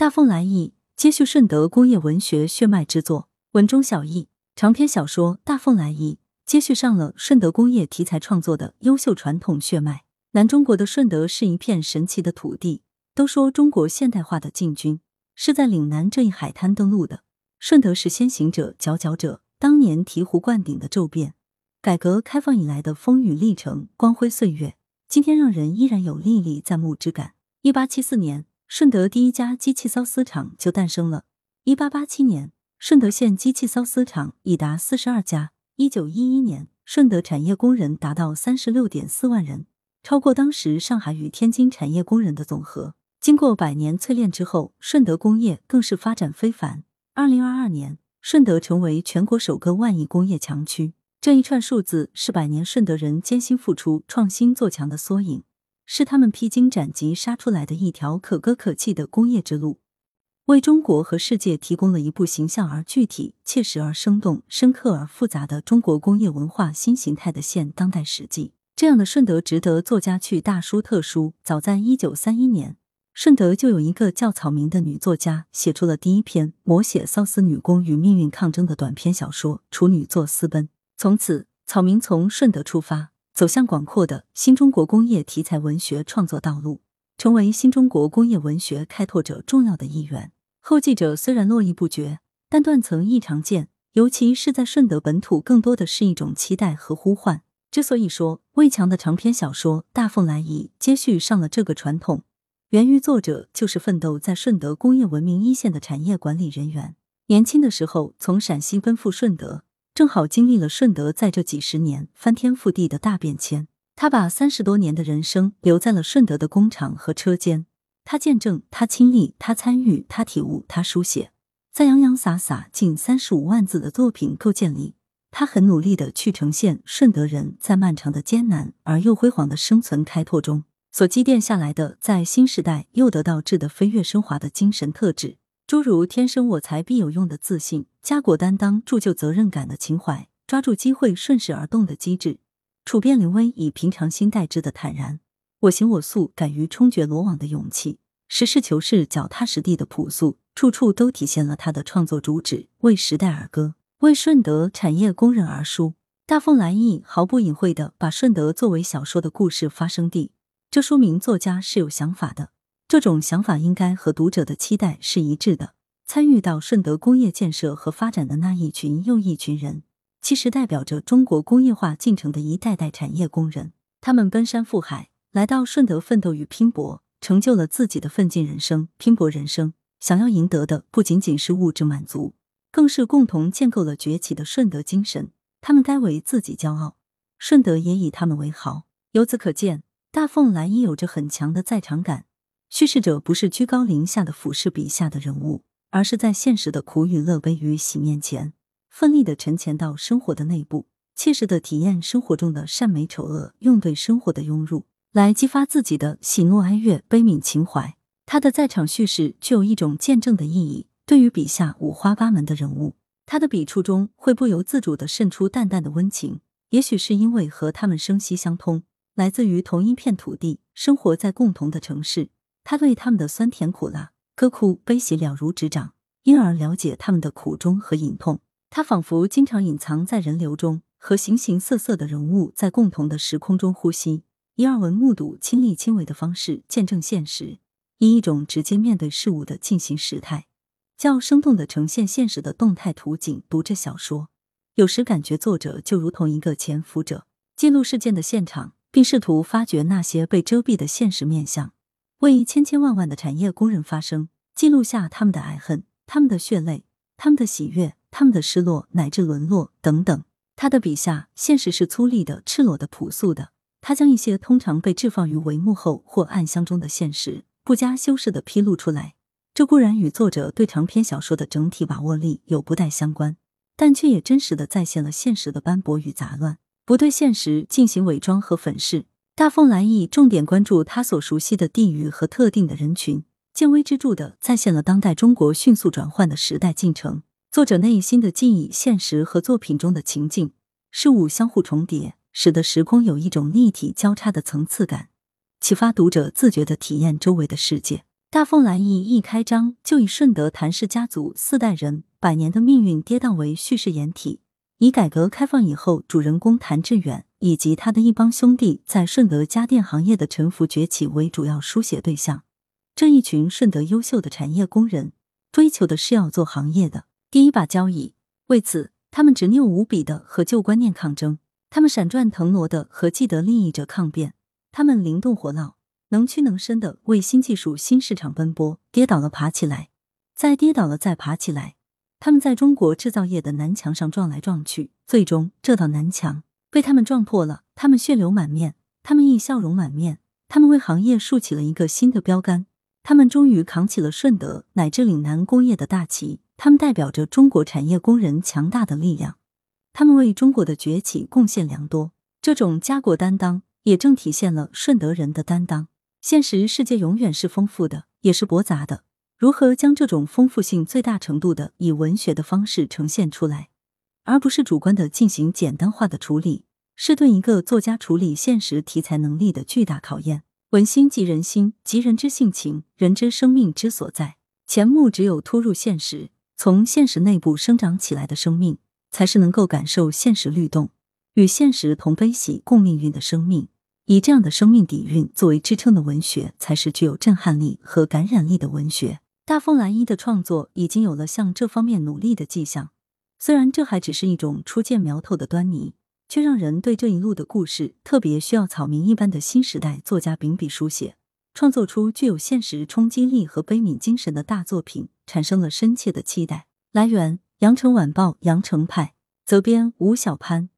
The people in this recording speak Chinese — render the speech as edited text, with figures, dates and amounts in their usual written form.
大凤来译，接续顺德工业文学血脉之作。文中小译，长篇小说《大凤来译》接续上了顺德工业题材创作的优秀传统血脉。南中国的顺德是一片神奇的土地，都说中国现代化的进军是在岭南这一海滩登陆的。顺德是先行者、佼佼者，当年醍醐灌顶的骤变，改革开放以来的风雨历程、光辉岁月，今天让人依然有历历在目之感。1874年，顺德第一家机器缫丝厂就诞生了。1887年，顺德县机器缫丝厂已达42家。1911年，顺德产业工人达到36.4万人，超过当时上海与天津产业工人的总和。经过100年淬炼之后，顺德工业更是发展非凡。2022年，顺德成为全国首个万亿工业强区。这一串数字是100年顺德人艰辛付出、创新做强的缩影，是他们披荆斩棘杀出来的一条可歌可泣的工业之路，为中国和世界提供了一部形象而具体、切实而生动、深刻而复杂的中国工业文化新形态的现当代史记。这样的顺德值得作家去大书特书。早在1931年，顺德就有一个叫草民的女作家写出了第一篇摹写缫丝女工与命运抗争的短篇小说《处女作私奔》。从此，草民从顺德出发，走向广阔的新中国工业题材文学创作道路，成为新中国工业文学开拓者重要的一员。后继者虽然络绎不绝，但断层异常见，尤其是在顺德本土，更多的是一种期待和呼唤。之所以说魏强的长篇小说《大凤来译》接续上了这个传统，源于作者就是奋斗在顺德工业文明一线的产业管理人员。年轻的时候从陕西奔赴顺德，正好经历了顺德在这几十年翻天覆地的大变迁。他把30多年的人生留在了顺德的工厂和车间，他见证，他亲历，他参与，他体悟，他书写，在洋洋洒洒近35万字的作品构建里，他很努力地去呈现顺德人在漫长的艰难而又辉煌的生存开拓中所积淀下来的在新时代又得到质的飞跃升华的精神特质，诸如天生我材必有用的自信，家国担当铸就责任感的情怀，抓住机会顺势而动的机智，处变临危以平常心待之的坦然，我行我素敢于冲决罗网的勇气，实事求是脚踏实地的朴素，处处都体现了他的创作主旨，为时代而歌，为顺德产业工人而书。大凤来译毫不隐晦地把顺德作为小说的故事发生地，这说明作家是有想法的，这种想法应该和读者的期待是一致的。参与到顺德工业建设和发展的那一群又一群人，其实代表着中国工业化进程的一代代产业工人，他们奔山赴海，来到顺德奋斗与拼搏，成就了自己的奋进人生、拼搏人生。想要赢得的不仅仅是物质满足，更是共同建构了崛起的顺德精神。他们该为自己骄傲，顺德也以他们为豪。由此可见，大凤来译有着很强的在场感。叙事者不是居高临下的俯视笔下的人物，而是在现实的苦与乐、悲与喜面前，奋力地沉潜到生活的内部，切实地体验生活中的善美丑恶，用对生活的庸入来激发自己的喜怒哀乐、悲悯情怀。他的在场叙事具有一种见证的意义，对于笔下五花八门的人物，他的笔触中会不由自主地渗出淡淡的温情，也许是因为和他们生息相通，来自于同一片土地，生活在共同的城市，他对他们的酸甜苦辣、歌哭悲喜了如指掌，因而了解他们的苦衷和隐痛。他仿佛经常隐藏在人流中，和形形色色的人物在共同的时空中呼吸，以耳闻目睹、亲力亲为的方式见证现实，以一种直接面对事物的进行时态，较生动地呈现现实的动态图景。读这小说，有时感觉作者就如同一个潜伏者，记录事件的现场，并试图发掘那些被遮蔽的现实面向，为千千万万的产业工人发声，记录下他们的爱恨、他们的血泪、他们的喜悦、他们的失落乃至沦落等等。他的笔下，现实是粗粝的、赤裸的、朴素的，他将一些通常被置放于帷幕后或暗箱中的现实不加修饰地披露出来。这固然与作者对长篇小说的整体把握力有不带相关，但却也真实地再现了现实的斑驳与杂乱，不对现实进行伪装和粉饰。大凤来译重点关注他所熟悉的地域和特定的人群，见微知著地再现了当代中国迅速转换的时代进程。作者内心的记忆、现实和作品中的情境事物相互重叠，使得时空有一种立体交叉的层次感，启发读者自觉地体验周围的世界。 大凤来意一开张就以顺德谭氏家族4代人100年的命运跌宕为叙事掩体，以改革开放以后主人公谭志远以及他的一帮兄弟在顺德家电行业的沉浮崛起为主要书写对象。这一群顺德优秀的产业工人追求的是要做行业的第一把交椅，为此他们执拗无比的和旧观念抗争，他们闪转腾挪的和既得利益者抗辩，他们灵动活络，能屈能伸的为新技术新市场奔波，跌倒了爬起来，再跌倒了再爬起来。他们在中国制造业的南墙上撞来撞去，最终这道南墙被他们撞破了，他们血流满面，他们亦笑容满面，他们为行业竖起了一个新的标杆，他们终于扛起了顺德乃至岭南工业的大旗，他们代表着中国产业工人强大的力量，他们为中国的崛起贡献良多。这种家国担当也正体现了顺德人的担当。现实世界永远是丰富的，也是驳杂的，如何将这种丰富性最大程度的以文学的方式呈现出来，而不是主观的进行简单化的处理，是对一个作家处理现实题材能力的巨大考验。文心即人心，即人之性情，人之生命之所在。钱穆只有突入现实，从现实内部生长起来的生命，才是能够感受现实律动，与现实同悲喜共命运的生命。以这样的生命底蕴作为支撑的文学，才是具有震撼力和感染力的文学。大凤来一的创作已经有了向这方面努力的迹象，虽然这还只是一种初见苗头的端倪，却让人对这一路的故事，特别需要草民一般的新时代作家秉笔书写，创作出具有现实冲击力和悲悯精神的大作品，产生了深切的期待。来源：羊城晚报羊城派，责编吴小潘。